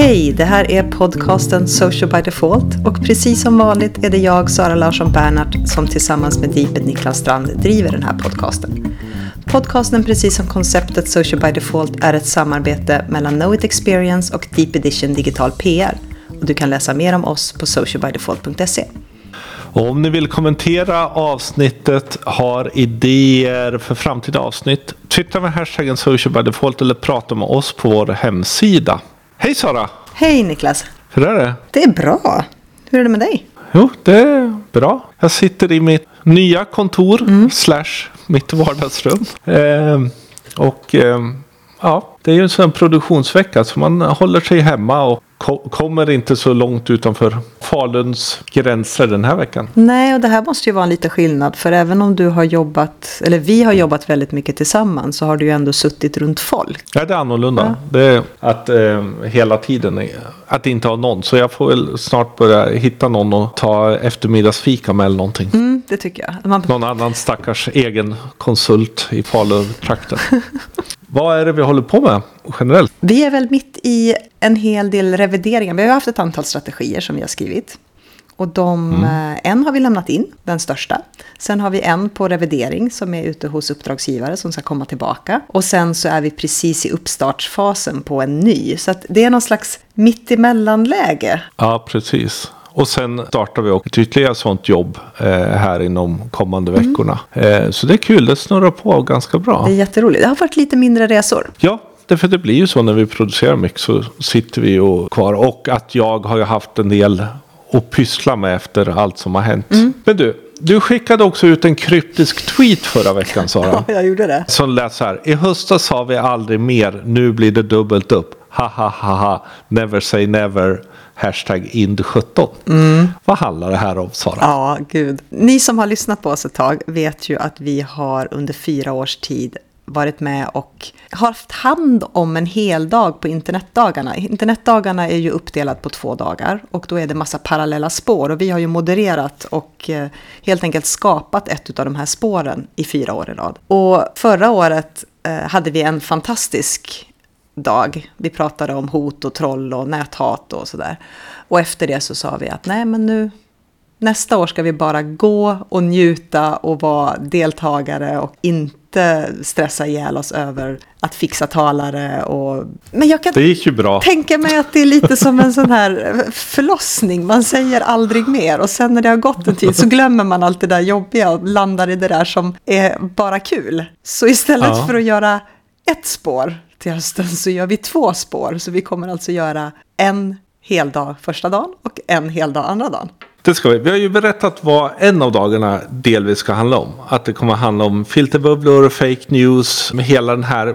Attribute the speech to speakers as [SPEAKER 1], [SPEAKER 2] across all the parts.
[SPEAKER 1] Hej, det här är podcasten Social by Default och precis som vanligt är det jag, Sara Larsson Bernhardt, som tillsammans med Deeped Niklas Strand driver den här podcasten. Podcasten, precis som konceptet Social by Default, är ett samarbete mellan Know It Experience och Deep Edition Digital PR. Och du kan läsa mer om oss på socialbydefault.se.
[SPEAKER 2] Och om ni vill kommentera avsnittet, har idéer för framtida avsnitt, twittra med hashtaggen Social by Default eller prata med oss på vår hemsida. Hej Sara!
[SPEAKER 1] Hej Niklas!
[SPEAKER 2] Hur är det?
[SPEAKER 1] Det är bra. Hur är det med dig?
[SPEAKER 2] Jo, det är bra. Jag sitter i mitt nya kontor / mitt vardagsrum. Ja, det är ju en sån produktionsvecka så man håller sig hemma och kommer inte så långt utanför Faluns gränser den här veckan.
[SPEAKER 1] Nej, och det här måste ju vara en liten skillnad, för även om du har jobbat, eller vi har jobbat väldigt mycket tillsammans, så har du ju ändå suttit runt folk.
[SPEAKER 2] Ja, det är annorlunda. Ja. Det är att hela tiden att inte ha någon. Så jag får väl snart börja hitta någon och ta eftermiddagsfika med eller någonting.
[SPEAKER 1] Det tycker jag.
[SPEAKER 2] Någon annan stackars egen konsult i Falun-trakten. Vad är det vi håller på med generellt?
[SPEAKER 1] Vi är väl mitt i en hel del revideringar. Vi har haft ett antal strategier som vi har skrivit. Och en har vi lämnat in, den största. Sen har vi en på revidering som är ute hos uppdragsgivare som ska komma tillbaka. Och sen så är vi precis i uppstartsfasen på en ny. Så att det är någon slags mittemellanläge.
[SPEAKER 2] Ja, precis. Och sen startar vi också ett ytterligare sånt jobb här inom kommande veckorna. Så det är kul, det snurrar på ganska bra.
[SPEAKER 1] Det är jätteroligt. Det har varit lite mindre resor.
[SPEAKER 2] Ja, för det blir ju så när vi producerar mycket så sitter vi och kvar. Och att jag har ju haft en del att pyssla med efter allt som har hänt. Men du skickade också ut en kryptisk tweet förra veckan, Sara.
[SPEAKER 1] Ja, jag gjorde det.
[SPEAKER 2] Som lät så här: i höstas sa vi aldrig mer, nu blir det dubbelt upp. Ha ha ha ha, never say never. Hashtag ind17. Vad handlar det här om, Sara?
[SPEAKER 1] Ja, gud. Ni som har lyssnat på oss ett tag vet ju att vi har under 4 års tid varit med och haft hand om en hel dag på internetdagarna. Internetdagarna är ju uppdelat på 2 dagar och då är det massa parallella spår. Och vi har ju modererat och helt enkelt skapat ett av de här spåren i 4 år i rad. Och förra året hade vi en fantastisk dag. Vi pratade om hot och troll och näthat och sådär. Och efter det så sa vi att nej, men nu nästa år ska vi bara gå och njuta och vara deltagare och inte stressa ihjäl oss över att fixa talare. Men jag kan
[SPEAKER 2] det gick ju bra.
[SPEAKER 1] Tänka mig att det är lite som en sån här förlossning. Man säger aldrig mer och sen när det har gått en tid så glömmer man allt det där jobbiga och landar i det där som är bara kul. Så istället för att göra ett spår till hösten så gör vi 2 spår. Så vi kommer alltså göra en hel dag första dagen och en hel dag andra dagen.
[SPEAKER 2] Det ska vi. Vi har ju berättat vad en av dagarna delvis ska handla om. Att det kommer handla om filterbubblor, fake news, med hela den här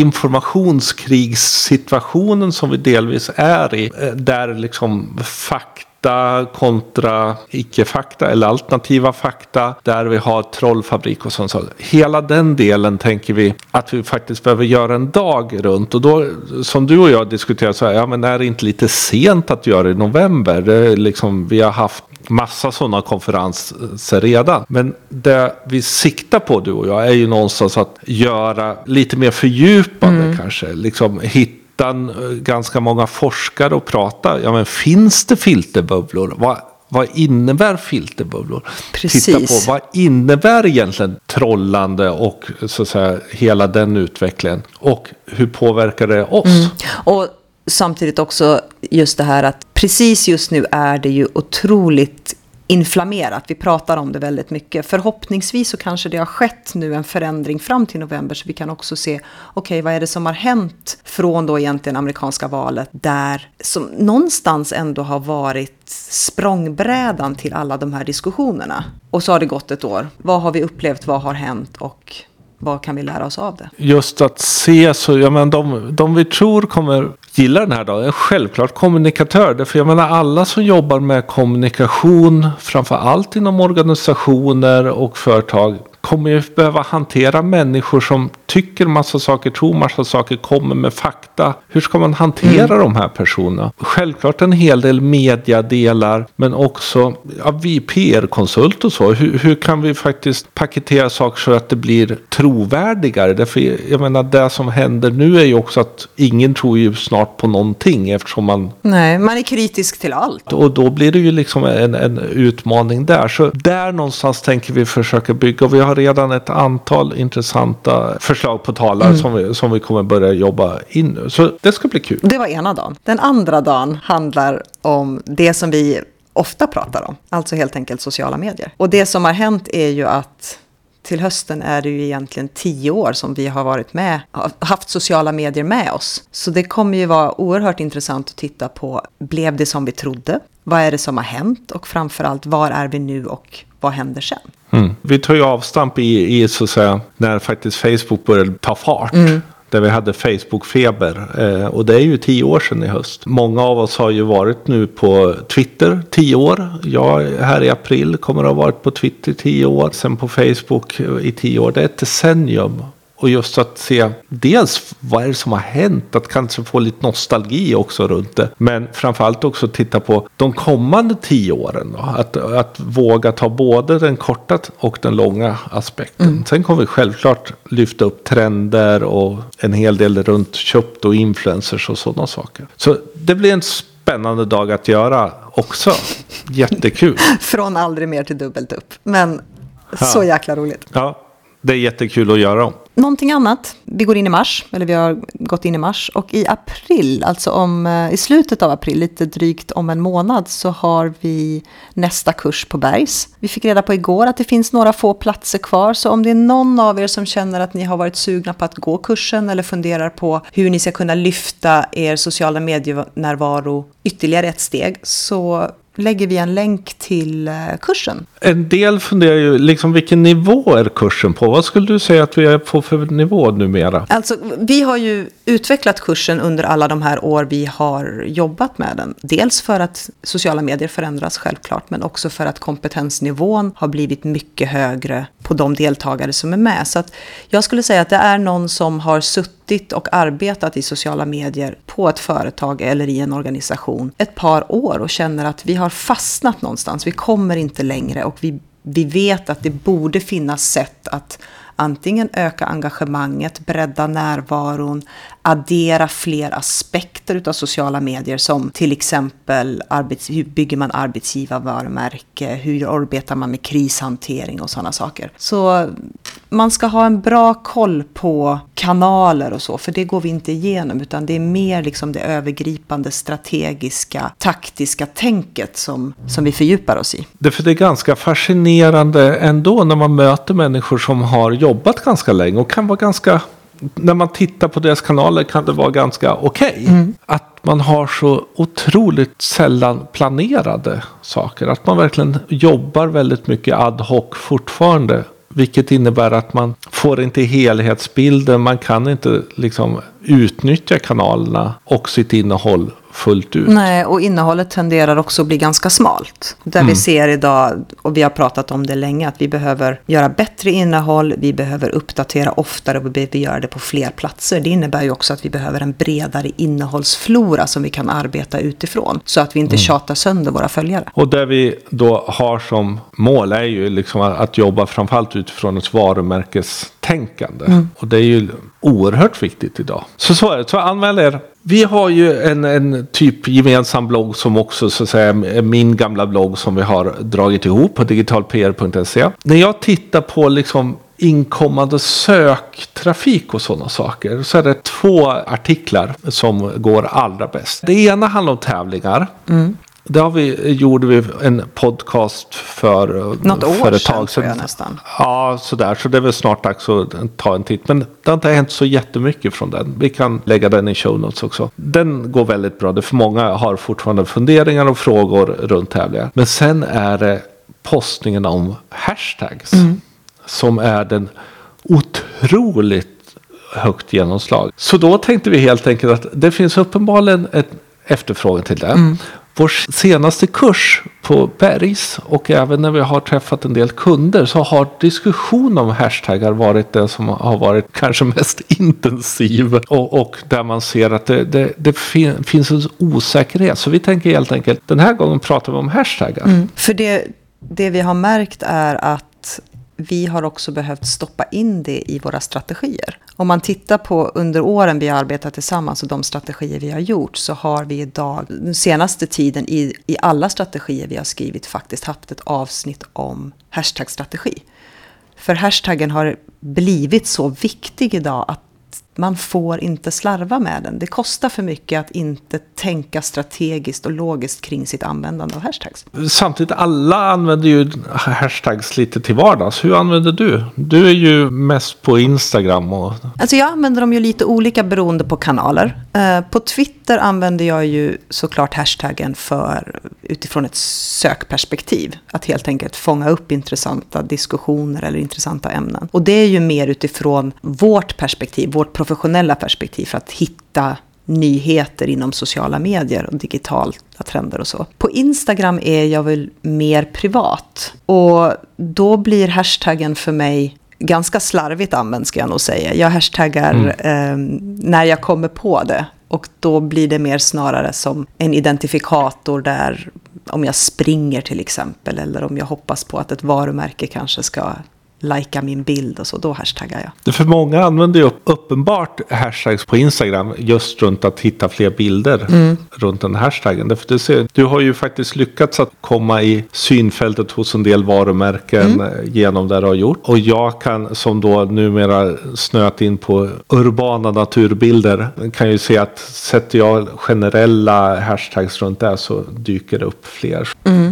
[SPEAKER 2] informationskrigssituationen som vi delvis är i. Där liksom fakta kontra icke-fakta eller alternativa fakta, där vi har trollfabrik och sånt. Så hela den delen tänker vi att vi faktiskt behöver göra en dag runt. Och då, som du och jag diskuterar så här, ja men är det inte lite sent att göra i november? Det är liksom, vi har haft massa sådana konferenser redan. Men det vi siktar på, du och jag, är ju någonstans att göra lite mer fördjupande kanske. Liksom hitta ganska många forskare och prata. Ja, men finns det filterbubblor? Vad innebär filterbubblor?
[SPEAKER 1] Precis.
[SPEAKER 2] Titta på vad innebär egentligen trollande och så att säga hela den utvecklingen. Och hur påverkar det oss?
[SPEAKER 1] Och samtidigt också just det här att precis just nu är det ju otroligt inflammerat. Vi pratar om det väldigt mycket. Förhoppningsvis så kanske det har skett nu en förändring fram till november så vi kan också se okej, vad är det som har hänt från då egentligen amerikanska valet där som någonstans ändå har varit språngbrädan till alla de här diskussionerna. Och så har det gått ett år. Vad har vi upplevt? Vad har hänt? Och vad kan vi lära oss av det?
[SPEAKER 2] Just att se så, jag menar, de vi tror kommer gilla den här dagen är självklart kommunikatörer. För jag menar alla som jobbar med kommunikation, framför allt inom organisationer och företag, kommer ju behöva hantera människor som tycker massa saker, tror massa saker, kommer med fakta. Hur ska man hantera de här personerna? Självklart en hel del mediadelar, men också vi PR-konsult och så. Hur kan vi faktiskt paketera saker så att det blir trovärdigare? Därför, jag menar, det som händer nu är ju också att ingen tror ju snart på någonting eftersom man...
[SPEAKER 1] Nej, man är kritisk till allt.
[SPEAKER 2] Och då blir det ju liksom en utmaning där. Så där någonstans tänker vi försöka bygga. Och vi har redan ett antal intressanta förslag på talare som vi kommer börja jobba in nu. Så det ska bli kul.
[SPEAKER 1] Det var ena dagen. Den andra dagen handlar om det som vi ofta pratar om. Alltså helt enkelt sociala medier. Och det som har hänt är ju att till hösten är det ju egentligen 10 år som vi har varit med, haft sociala medier med oss. Så det kommer ju vara oerhört intressant att titta på, blev det som vi trodde? Vad är det som har hänt? Och framförallt, var är vi nu och vad händer sen?
[SPEAKER 2] Vi tar ju avstamp i så att säga, när faktiskt Facebook började ta fart. Där vi hade Facebook-feber. Och det är ju 10 år sedan i höst. Många av oss har ju varit nu på Twitter 10 år. Jag här i april kommer att ha varit på Twitter 10 år. Sen på Facebook i 10 år. Det är ett decennium. Och just att se dels vad är det som har hänt. Att kanske få lite nostalgi också runt det. Men framförallt också titta på de kommande 10 åren. Då. Att våga ta både den korta och den långa aspekten. Sen kommer vi självklart lyfta upp trender och en hel del runt köpt och influencers och sådana saker. Så det blir en spännande dag att göra också. Jättekul.
[SPEAKER 1] Från aldrig mer till dubbelt upp. Men så jäkla roligt.
[SPEAKER 2] Ja, det är jättekul att göra.
[SPEAKER 1] Någonting annat. Vi går in i mars, eller vi har gått in i mars. Och i april, alltså i slutet av april, lite drygt om en månad, så har vi nästa kurs på Bergs. Vi fick reda på igår att det finns några få platser kvar. Så om det är någon av er som känner att ni har varit sugna på att gå kursen eller funderar på hur ni ska kunna lyfta er sociala medienärvaro ytterligare ett steg, så lägger vi en länk till kursen.
[SPEAKER 2] En del funderar ju liksom vilken nivå är kursen på? Vad skulle du säga att vi är på för nivå numera?
[SPEAKER 1] Alltså, vi har ju utvecklat kursen under alla de här år vi har jobbat med den. Dels för att sociala medier förändras självklart, men också för att kompetensnivån har blivit mycket högre på de deltagare som är med. Så att jag skulle säga att det är någon som har suttit och arbetat i sociala medier på ett företag eller i en organisation ett par år och känner att vi har fastnat någonstans. Vi kommer inte längre och vi vet att det borde finnas sätt att antingen öka engagemanget, bredda närvaron, addera fler aspekter utav sociala medier som till exempel hur bygger man arbetsgivarvarumärke, hur arbetar man med krishantering och sådana saker. Så man ska ha en bra koll på kanaler och så, för det går vi inte igenom, utan det är mer liksom det övergripande strategiska, taktiska tänket som vi fördjupar oss i.
[SPEAKER 2] Det är ganska fascinerande ändå när man möter människor som har jobbat ganska länge och kan vara ganska, när man tittar på deras kanaler kan det vara ganska okej. Att man har så otroligt sällan planerade saker. Att man verkligen jobbar väldigt mycket ad hoc fortfarande. Vilket innebär att man får inte helhetsbilden. Man kan inte liksom utnyttja kanalerna och sitt innehåll fullt ut.
[SPEAKER 1] Nej, och innehållet tenderar också att bli ganska smalt. Där vi ser idag, och vi har pratat om det länge, att vi behöver göra bättre innehåll, vi behöver uppdatera oftare och vi behöver göra det på fler platser. Det innebär ju också att vi behöver en bredare innehållsflora som vi kan arbeta utifrån. Så att vi inte tjatar sönder våra följare. Och
[SPEAKER 2] det vi då har som mål är ju liksom att jobba framförallt utifrån ett varumärkestänkande. Och det är ju oerhört viktigt idag. Så är det. Så anmäl er. Vi har ju en typ gemensam blogg som också så att säga är min gamla blogg som vi har dragit ihop på digitalpr.se. När jag tittar på liksom inkommande söktrafik och sådana saker så är det 2 artiklar som går allra bäst. Det ena handlar om tävlingar. Det gjorde vi en podcast för
[SPEAKER 1] något år
[SPEAKER 2] för ett tag
[SPEAKER 1] sedan tror jag nästan.
[SPEAKER 2] Ja, sådär. Så det är väl snart dags att ta en titt. Men det har inte hänt så jättemycket från den. Vi kan lägga den i show notes också. Den går väldigt bra. För många har fortfarande funderingar och frågor runt tävlingar. Men sen är det postningen om hashtags. Som är den otroligt högt genomslag. Så då tänkte vi helt enkelt att det finns uppenbarligen ett efterfrågan till det. vår senaste kurs på Bergs och även när vi har träffat en del kunder så har diskussion om hashtaggar varit det som har varit kanske mest intensiv och där man ser att det finns en osäkerhet. Så vi tänker helt enkelt, den här gången pratar vi om hashtaggar.
[SPEAKER 1] För det vi har märkt är att vi har också behövt stoppa in det i våra strategier. Om man tittar på under åren vi har arbetat tillsammans och de strategier vi har gjort, så har vi idag den senaste tiden i alla strategier vi har skrivit faktiskt haft ett avsnitt om hashtag-strategi. För hashtaggen har blivit så viktig idag att man får inte slarva med den. Det kostar för mycket att inte tänka strategiskt och logiskt kring sitt användande av hashtags.
[SPEAKER 2] Samtidigt, alla använder ju hashtags lite till vardags. Hur använder du? Du är ju mest på Instagram.
[SPEAKER 1] Alltså jag använder dem ju lite olika beroende på kanaler. På Twitter använder jag ju såklart hashtaggen utifrån ett sökperspektiv. Att helt enkelt fånga upp intressanta diskussioner eller intressanta ämnen. Och det är ju mer utifrån vårt perspektiv, vårt professionella perspektiv för att hitta nyheter inom sociala medier och digitala trender och så. På Instagram är jag väl mer privat och då blir hashtaggen för mig ganska slarvigt använd, ska jag nog säga. Jag hashtaggar när jag kommer på det och då blir det mer snarare som en identifikator där om jag springer till exempel eller om jag hoppas på att ett varumärke kanske ska likea min bild och så, då hashtaggar jag.
[SPEAKER 2] För många använder ju uppenbart hashtags på Instagram just runt att hitta fler bilder runt den hashtaggen. Därför du har ju faktiskt lyckats att komma i synfältet hos en del varumärken genom det du har gjort. Och jag kan, som då numera snöat in på urbana naturbilder, kan ju se att sätter jag generella hashtags runt det så dyker det upp fler.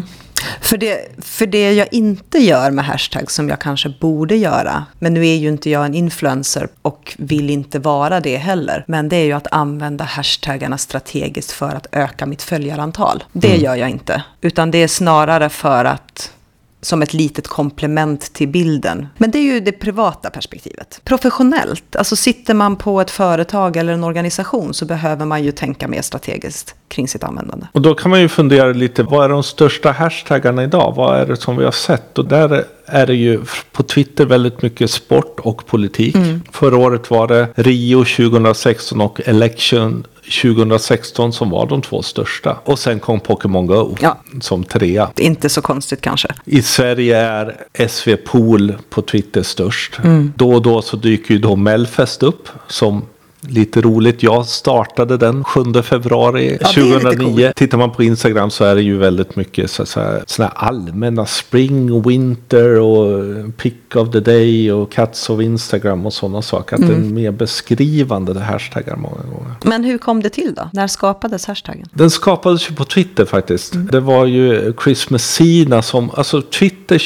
[SPEAKER 1] För det jag inte gör med hashtags som jag kanske borde göra, men nu är ju inte jag en influencer och vill inte vara det heller, men det är ju att använda hashtaggarna strategiskt för att öka mitt följarantal. Det gör jag inte, utan det är snarare för att som ett litet komplement till bilden. Men det är ju det privata perspektivet. Professionellt, alltså sitter man på ett företag eller en organisation så behöver man ju tänka mer strategiskt kring sitt användande.
[SPEAKER 2] Och då kan man ju fundera lite, vad är de största hashtaggarna idag? Vad är det som vi har sett? Och där är det ju på Twitter väldigt mycket sport och politik. Förra året var det Rio 2016 och Election 2016 som var de två största. Och sen kom Pokémon Go som 3.
[SPEAKER 1] Inte så konstigt kanske.
[SPEAKER 2] I Sverige är SV Pool på Twitter störst. Då och då så dyker ju då Melfest upp som lite roligt. Jag startade den 7 februari 2009. Tittar man på Instagram så är det ju väldigt mycket sådana allmänna spring, winter och pick of the day och cats of Instagram och sådana saker. Att det är mer beskrivande det hashtaggar många gånger.
[SPEAKER 1] Men hur kom det till då? När skapades hashtaggen?
[SPEAKER 2] Den skapades ju på Twitter faktiskt. Det var ju Chris Messina som, alltså Twitter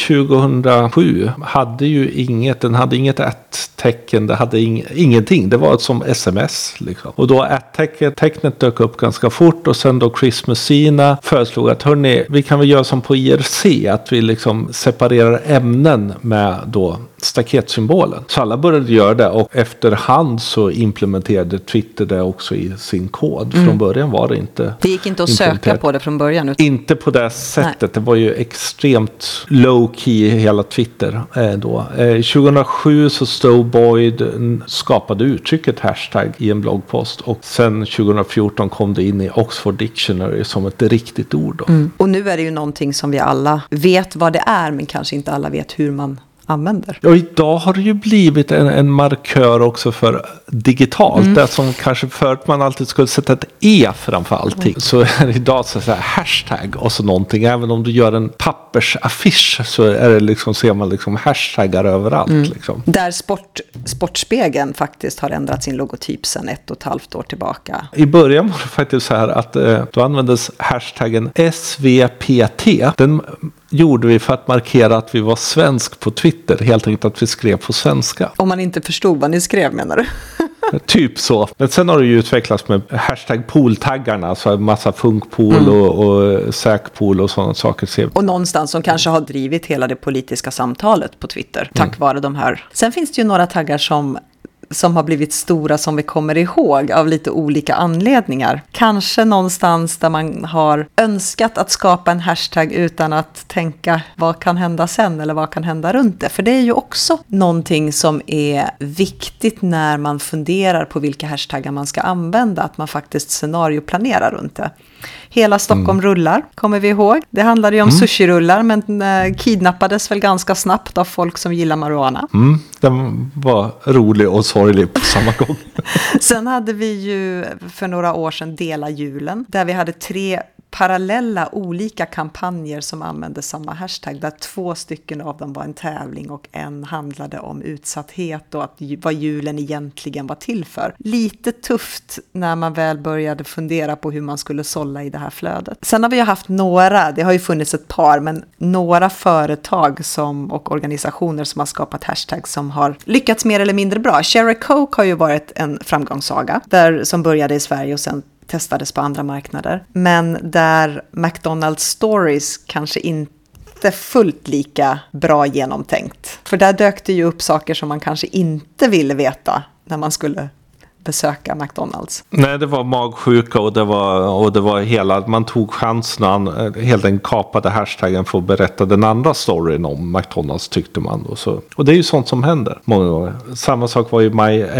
[SPEAKER 2] 2007 hade ju inget, den hade inget @-tecken, det hade ingenting. Det var som SMS liksom. Och då @-tecknet dök upp ganska fort och sen då Chris Messina föreslog att hörni, vi kan väl göra som på IRC, att vi liksom separerar ämnen med då staketsymbolen. Så alla började göra det och efterhand så implementerade Twitter det också i sin kod. Från början var det inte.
[SPEAKER 1] Det gick inte att söka på det från början.
[SPEAKER 2] Inte på det sättet. Nej. Det var ju extremt low key hela Twitter då. 2007 så Stowe Boyd skapade uttrycket hashtag i en bloggpost och sen 2014 kom det in i Oxford Dictionary som ett riktigt ord då.
[SPEAKER 1] Och nu är det ju någonting som vi alla vet vad det är, men kanske inte alla vet hur man använder.
[SPEAKER 2] Och idag har det ju blivit en markör också för digitalt. Det som kanske förut man alltid skulle sätta ett E framför allting. Så är det idag så här hashtag och så någonting. Även om du gör en pappersaffisch så är det liksom, ser man liksom hashtaggar överallt. Liksom.
[SPEAKER 1] Där Sportspegeln faktiskt har ändrat sin logotyp sedan 1,5 år tillbaka.
[SPEAKER 2] I början var det faktiskt så här att då användes hashtaggen SVPT. Den gjorde vi för att markera att vi var svensk på Twitter. Helt enkelt att vi skrev på svenska.
[SPEAKER 1] Om man inte förstod vad ni skrev, menar du?
[SPEAKER 2] Typ så. Men sen har det ju utvecklats med hashtag pooltaggarna. Alltså en massa funkpool och säkpool och sådana saker.
[SPEAKER 1] Och någonstans som kanske har drivit hela det politiska samtalet på Twitter. Tack vare de här. Sen finns det ju några taggar som som har blivit stora som vi kommer ihåg av lite olika anledningar. Kanske någonstans där man har önskat att skapa en hashtag utan att tänka vad kan hända sen eller vad kan hända runt det. För det är ju också någonting som är viktigt när man funderar på vilka hashtaggar man ska använda, att man faktiskt scenarioplanerar runt det. Hela Stockholm rullar, kommer vi ihåg. Det handlade ju om sushi-rullar, men kidnappades väl ganska snabbt av folk som gillar marijuana.
[SPEAKER 2] Den var rolig och sorglig på samma gång.
[SPEAKER 1] Sen hade vi ju för några år sedan Dela julen, där vi hade 3 parallella olika kampanjer som använde samma hashtag, där 2 stycken av dem var en tävling och en handlade om utsatthet och att vad julen egentligen var till för. Lite tufft när man väl började fundera på hur man skulle sålla i det här flödet. Sen har vi ju haft några, det har ju funnits ett par, men några företag och organisationer som har skapat hashtags som har lyckats mer eller mindre bra. Cherry Coke har ju varit en framgångssaga som började i Sverige och sen testades på andra marknader. Men där McDonald's Stories kanske inte fullt lika bra genomtänkt. För där dök det ju upp saker som man kanske inte ville veta när man skulle besöka McDonald's.
[SPEAKER 2] Nej, det var magsjuka och det var hela, man tog chansen och helt enkelt kapade hashtaggen för att berätta den andra storyn om McDonald's, tyckte man då. Och det är ju sånt som händer många gånger. Samma sak var ju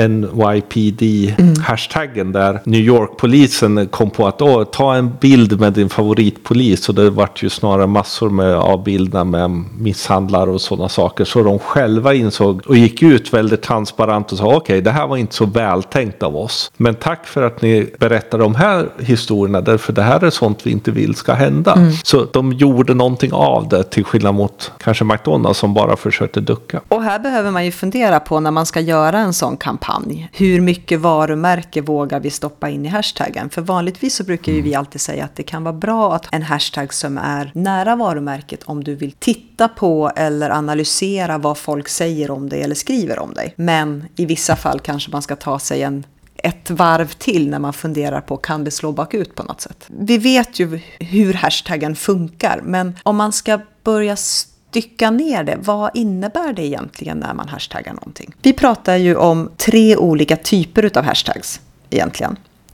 [SPEAKER 2] NYPD-hashtaggen där New York-polisen kom på att ta en bild med din favoritpolis, och det vart ju snarare massor med avbildningar med misshandlare och sådana saker, så de själva insåg och gick ut väldigt transparent och sa okej, det här var inte så vältänkt av oss. Men tack för att ni berättar de här historierna, därför det här är sånt vi inte vill ska hända. Så de gjorde någonting av det, till skillnad mot kanske McDonald's som bara försökte ducka.
[SPEAKER 1] Och här behöver man ju fundera på när man ska göra en sån kampanj. Hur mycket varumärke vågar vi stoppa in i hashtaggen? För vanligtvis så brukar ju vi alltid säga att det kan vara bra att en hashtag som är nära varumärket om du vill titta på eller analysera vad folk säger om dig eller skriver om dig. Men i vissa fall kanske man ska ta sig ett varv till när man funderar på kan det slå bakut på något sätt. Vi vet ju hur hashtaggen funkar, men om man ska börja stycka ner det, vad innebär det egentligen när man hashtaggar någonting? Vi pratar ju om 3 olika typer av hashtags egentligen.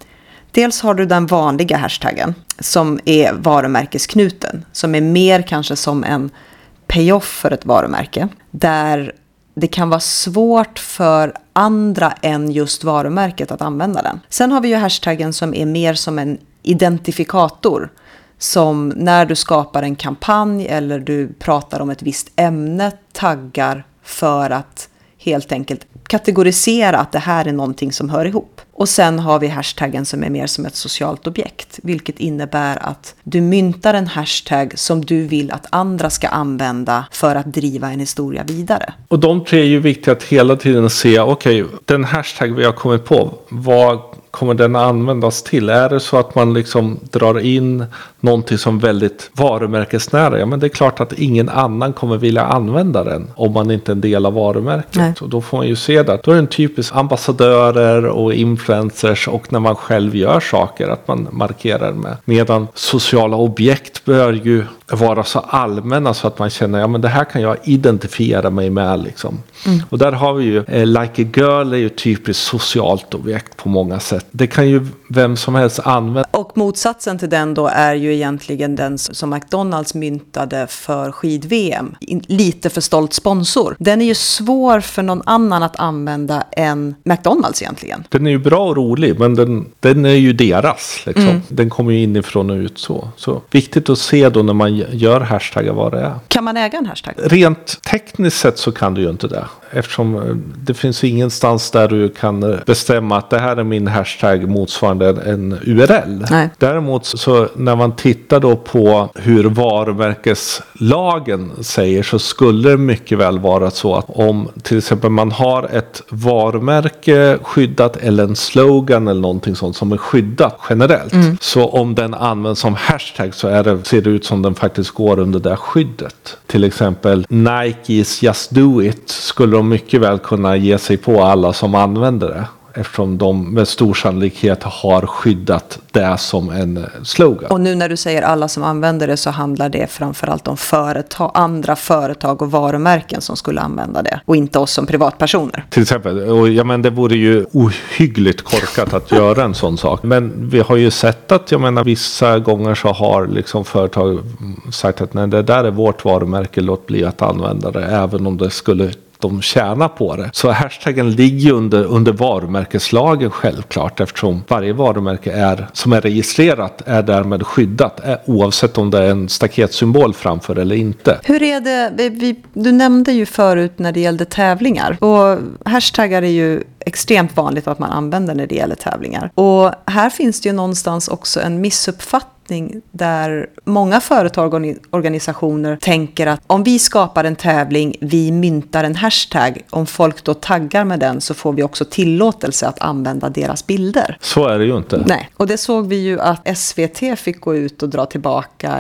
[SPEAKER 1] Dels har du den vanliga hashtaggen som är varumärkesknuten, som är mer kanske som en payoff för ett varumärke, där det kan vara svårt för andra än just varumärket att använda den. Sen har vi ju hashtaggen som är mer som en identifikator, som när du skapar en kampanj eller du pratar om ett visst ämne taggar för att helt enkelt kategorisera att det här är någonting som hör ihop. Och sen har vi hashtaggen som är mer som ett socialt objekt, vilket innebär att du myntar en hashtag som du vill att andra ska använda för att driva en historia vidare.
[SPEAKER 2] Och de 3 är ju viktiga att hela tiden se, okej, den hashtag vi har kommit på, vad kommer den användas till? Är det så att man liksom drar in någonting som väldigt varumärkesnära? Ja, men det är klart att ingen annan kommer vilja använda den om man inte är en del av varumärket. Nej. Och då får man ju se det. Då är det en typisk ambassadörer och influencers, och när man själv gör saker att man markerar med. Medan sociala objekt bör ju vara så allmänna så att man känner, ja men det här kan jag identifiera mig med liksom. Och där har vi ju Like a Girl är ju typiskt socialt objekt på många sätt. Det kan ju vem som helst använda.
[SPEAKER 1] Och motsatsen till den då är ju egentligen den som McDonald's myntade för skid-VM. Lite för stolt sponsor. Den är ju svår för någon annan att använda än McDonald's egentligen.
[SPEAKER 2] Den är ju bra och rolig, men den är ju deras liksom. Den kommer ju inifrån och ut så. Så viktigt att se då när man gör hashtaggar vad det är.
[SPEAKER 1] Kan man äga en hashtag?
[SPEAKER 2] Rent tekniskt sett så kan du ju inte det. Eftersom det finns ingenstans där du kan bestämma att det här är min hashtag motsvarande en URL.
[SPEAKER 1] Nej.
[SPEAKER 2] Däremot så när man tittar då på hur varumärkeslagen säger, så skulle det mycket väl vara så att om till exempel man har ett varumärke skyddat eller en slogan eller någonting sånt som är skyddat generellt. Så om den används som hashtag så ser det ut som den faktiskt går under det skyddet. Till exempel Nike's Just Do It skulle de mycket väl kunna ge sig på alla som använder det. eftersom de med stor sannolikhet har skyddat det som en slogan.
[SPEAKER 1] Och nu när du säger alla som använder det så handlar det framförallt om andra företag och varumärken som skulle använda det och inte oss som privatpersoner.
[SPEAKER 2] Till exempel, och det vore ju ohyggligt korkat att göra en sån sak. Men vi har ju sett att vissa gånger så har liksom företag sagt att nej, det där är vårt varumärke, låt bli att använda det även om det skulle de tjänar på det. Så hashtaggen ligger under varumärkeslagen självklart, eftersom varje varumärke som är registrerat är därmed skyddat oavsett om det är en staketsymbol framför eller inte.
[SPEAKER 1] Hur är det, du nämnde ju förut när det gällde tävlingar, och hashtaggar är ju extremt vanligt att man använder när det gäller tävlingar. Och här finns det ju någonstans också en missuppfattning där många företag och organisationer tänker att om vi skapar en tävling, vi myntar en hashtag, om folk då taggar med den så får vi också tillåtelse att använda deras bilder.
[SPEAKER 2] Så är det ju inte.
[SPEAKER 1] Nej, och det såg vi ju att SVT fick gå ut och dra tillbaka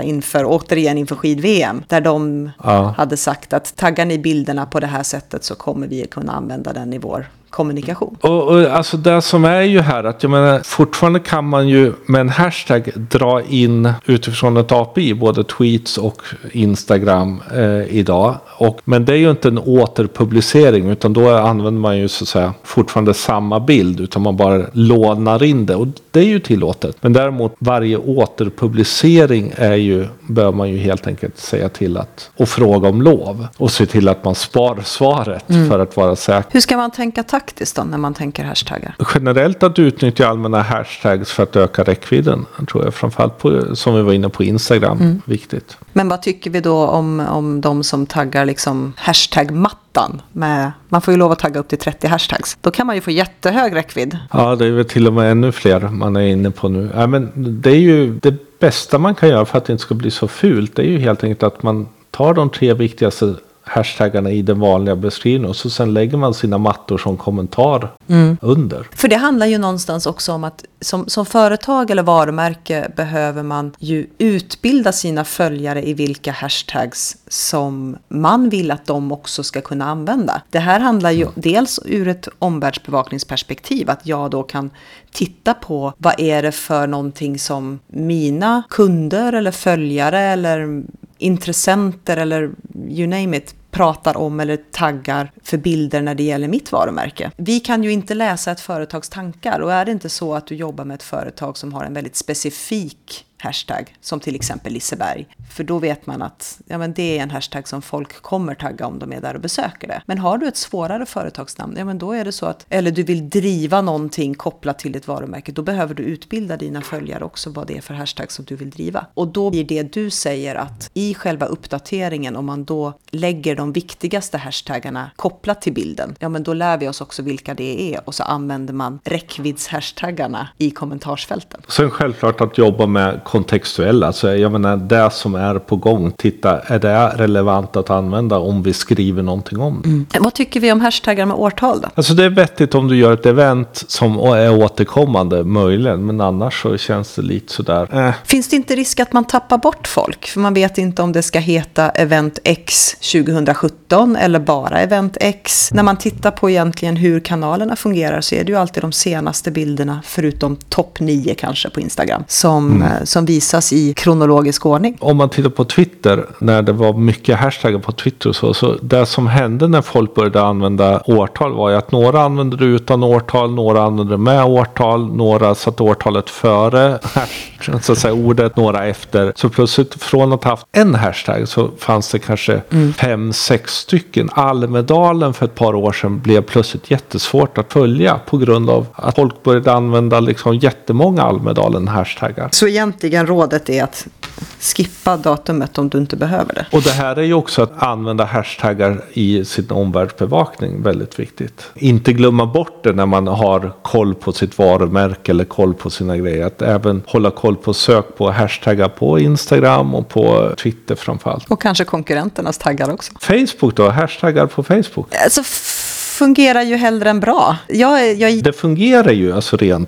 [SPEAKER 1] inför skid-VM, där de hade sagt att taggar ni bilderna på det här sättet så kommer vi kunna använda den i vår kommunikation.
[SPEAKER 2] Och alltså det som är ju här att fortfarande kan man ju med en hashtag dra in utifrån ett API både tweets och Instagram idag. Men det är ju inte en återpublicering, utan då använder man ju så att säga fortfarande samma bild, utan man bara lånar in det, och det är ju tillåtet. Men däremot varje återpublicering bör man ju helt enkelt säga till och fråga om lov och se till att man sparar svaret för att vara säker.
[SPEAKER 1] Hur ska man tänka taktiskt då när man tänker hashtaggar?
[SPEAKER 2] Generellt att utnyttja allmänna hashtags för att öka räckvidden, tror jag, framförallt som vi var inne på Instagram, viktigt.
[SPEAKER 1] Men vad tycker vi då om de som taggar liksom hashtag-mattan? Man får ju lov att tagga upp till 30 hashtags. Då kan man ju få jättehög räckvidd.
[SPEAKER 2] Ja, det är väl till och med ännu fler man är inne på nu. Ja, men det är ju det bästa man kan göra för att det inte ska bli så fult. Det är ju helt enkelt att man tar de 3 viktigaste hashtaggarna i den vanliga beskrivningen och så sen lägger man sina mattor som kommentar under.
[SPEAKER 1] För det handlar ju någonstans också om att som företag eller varumärke behöver man ju utbilda sina följare i vilka hashtags som man vill att de också ska kunna använda. Det här handlar ju dels ur ett omvärldsbevakningsperspektiv, att jag då kan titta på vad är det för någonting som mina kunder eller följare eller intressenter eller you name it pratar om eller taggar för bilder när det gäller mitt varumärke. Vi kan ju inte läsa ett företags tankar, och är det inte så att du jobbar med ett företag som har en väldigt specifik hashtag, som till exempel Liseberg, för då vet man att det är en hashtag som folk kommer tagga om de är där och besöker det. Men har du ett svårare företagsnamn, då är det så att, eller du vill driva någonting kopplat till ditt varumärke, då behöver du utbilda dina följare också vad det är för hashtag som du vill driva. Och då blir det du säger att i själva uppdateringen, om man då lägger de viktigaste hashtaggarna kopplat till bilden, då lär vi oss också vilka det är, och så använder man räckviddshashtaggarna i kommentarsfälten.
[SPEAKER 2] Sen självklart att jobba med kontextuella, så det som är på gång, titta, är det relevant att använda om vi skriver någonting om det?
[SPEAKER 1] Vad tycker vi om hashtaggar med årtal då?
[SPEAKER 2] Alltså det är vettigt om du gör ett event som är återkommande, möjligen, men annars så känns det lite sådär.
[SPEAKER 1] Finns det inte risk att man tappar bort folk? För man vet inte om det ska heta Event X 2017 eller bara Event X. När man tittar på egentligen hur kanalerna fungerar så är det ju alltid de senaste bilderna, förutom topp 9 kanske på Instagram, som visas i kronologisk ordning.
[SPEAKER 2] Om man tittar på Twitter, när det var mycket hashtaggar på Twitter så det som hände när folk började använda årtal var ju att några använde det utan årtal, några använde det med årtal, några satt årtalet före så att säga ordet, några efter. Så plötsligt från att ha haft en hashtag så fanns det kanske 5-6 stycken. Almedalen för ett par år sedan blev plötsligt jättesvårt att följa på grund av att folk började använda jättemånga Almedalen-hashtaggar.
[SPEAKER 1] Så egentligen rådet är att skippa datumet om du inte behöver det.
[SPEAKER 2] Och det här är ju också att använda hashtaggar i sin omvärldsbevakning väldigt viktigt. Inte glömma bort det när man har koll på sitt varumärke eller koll på sina grejer. Att även hålla koll på sök på hashtaggar på Instagram och på Twitter framförallt.
[SPEAKER 1] Och kanske konkurrenternas taggar också.
[SPEAKER 2] Facebook då? Hashtaggar på Facebook?
[SPEAKER 1] Alltså fungerar ju hellre än bra.
[SPEAKER 2] Det fungerar ju rent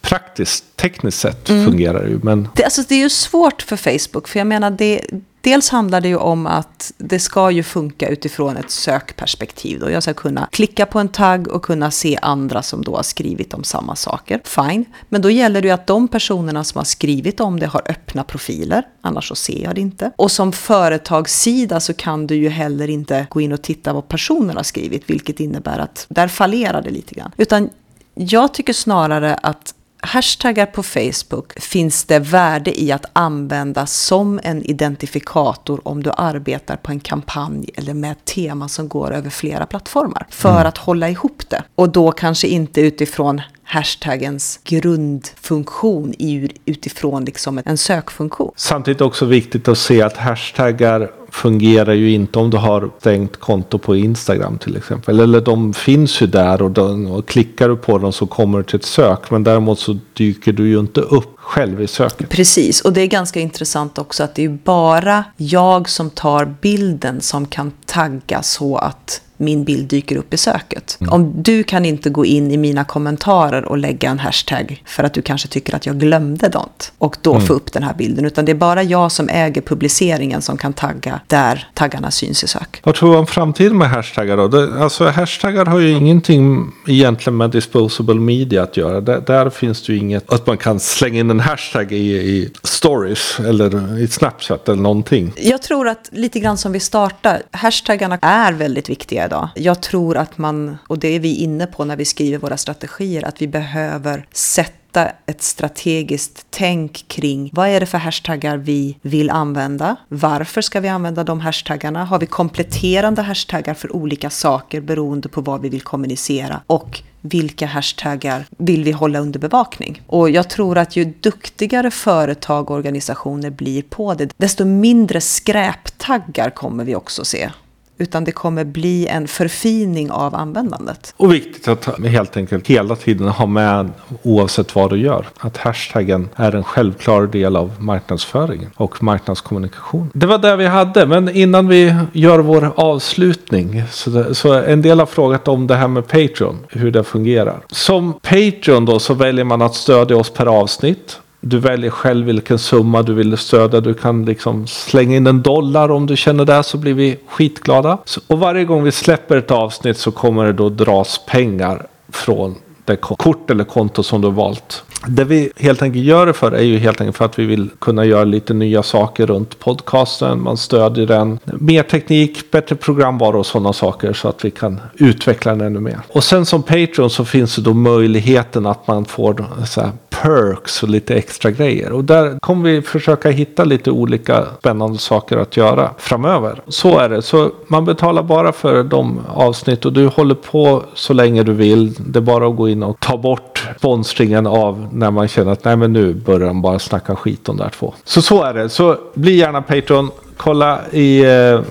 [SPEAKER 2] praktiskt, tekniskt sett fungerar det ju. Men...
[SPEAKER 1] Det är ju svårt för Facebook, för jag menar dels handlar det ju om att det ska ju funka utifrån ett sökperspektiv. Då. Jag ska kunna klicka på en tagg och kunna se andra som då har skrivit om samma saker. Fine. Men då gäller det ju att de personerna som har skrivit om det har öppna profiler. Annars så ser jag det inte. Och som företagssida så kan du ju heller inte gå in och titta vad personer har skrivit. Vilket innebär att där fallerar det lite grann. Utan jag tycker snarare att hashtaggar på Facebook finns det värde i att använda som en identifikator om du arbetar på en kampanj eller med ett tema som går över flera plattformar för att hålla ihop det. Och då kanske inte utifrån hashtaggens grundfunktion utifrån liksom en sökfunktion.
[SPEAKER 2] Samtidigt också viktigt att se att hashtaggar fungerar ju inte om du har stängt konto på Instagram till exempel. Eller de finns ju där och klickar du på dem så kommer du till ett sök. Men däremot så dyker du ju inte upp själv i söket.
[SPEAKER 1] Precis, och det är ganska intressant också att det är bara jag som tar bilden som kan tagga så att min bild dyker upp i söket. Om du kan inte gå in i mina kommentarer och lägga en hashtag för att du kanske tycker att jag glömde något och då få upp den här bilden, utan det är bara jag som äger publiceringen som kan tagga där taggarna syns i sök.
[SPEAKER 2] Vad tror du om framtiden med hashtaggar då? Alltså hashtaggar har ju ingenting egentligen med disposable media att göra. Där finns det ju inget att man kan slänga in en hashtag i stories eller i Snapchat eller någonting. Jag
[SPEAKER 1] tror att lite grann som vi startar, hashtaggarna är väldigt viktiga idag. Jag tror att och det är vi inne på när vi skriver våra strategier, att vi behöver sätta ett strategiskt tänk kring vad är det för hashtaggar vi vill använda? Varför ska vi använda de hashtaggarna? Har vi kompletterande hashtaggar för olika saker beroende på vad vi vill kommunicera? Och vilka hashtaggar vill vi hålla under bevakning? Och jag tror att ju duktigare företag och organisationer blir på det, desto mindre skräptaggar kommer vi också se. Utan det kommer bli en förfining av användandet.
[SPEAKER 2] Och viktigt att helt enkelt hela tiden ha med, oavsett vad du gör, att hashtaggen är en självklar del av marknadsföringen och marknadskommunikation. Det var det vi hade, men innan vi gör vår avslutning så en del har frågat om det här med Patreon, hur det fungerar. Som Patreon då så väljer man att stödja oss per avsnitt. Du väljer själv vilken summa du vill stödja. Du kan liksom slänga in $1 om du känner det, så blir vi skitglada. Och varje gång vi släpper ett avsnitt så kommer det då dras pengar från det kort eller konto som du har valt. Det vi helt enkelt gör det för är ju helt enkelt för att vi vill kunna göra lite nya saker runt podcasten. Man stödjer den. Mer teknik, bättre programvara och sådana saker så att vi kan utveckla den ännu mer. Och sen som Patreon så finns det då möjligheten att man får så här perks och lite extra grejer. Och där kommer vi försöka hitta lite olika spännande saker att göra framöver. Så är det. Så man betalar bara för de avsnitt och du håller på så länge du vill. Det är bara att gå in och ta bort sponsringen av när man känner att nej, men nu börjar de bara snacka skit om där två. Så är det. Så bli gärna Patreon. Kolla i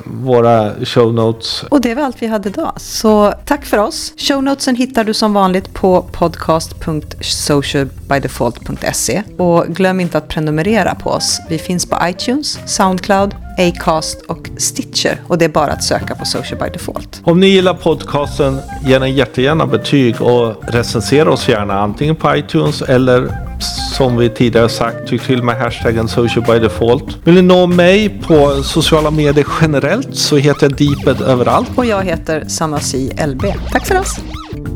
[SPEAKER 2] våra show notes.
[SPEAKER 1] Och det var allt vi hade idag. Så tack för oss. Show notesen hittar du som vanligt på podcast.socialbydefault.se. Och glöm inte att prenumerera på oss. Vi finns på iTunes, Soundcloud, Acast och Stitcher. Och det är bara att söka på Social by Default.
[SPEAKER 2] Om ni gillar podcasten, ge den jättegärna betyg och recensera oss gärna antingen på iTunes eller som vi tidigare sagt, tyck till med hashtaggen Social by Default. Vill ni nå mig på sociala medier generellt så heter jag Deeped överallt.
[SPEAKER 1] Och jag heter Sanna C. LB. Tack för oss!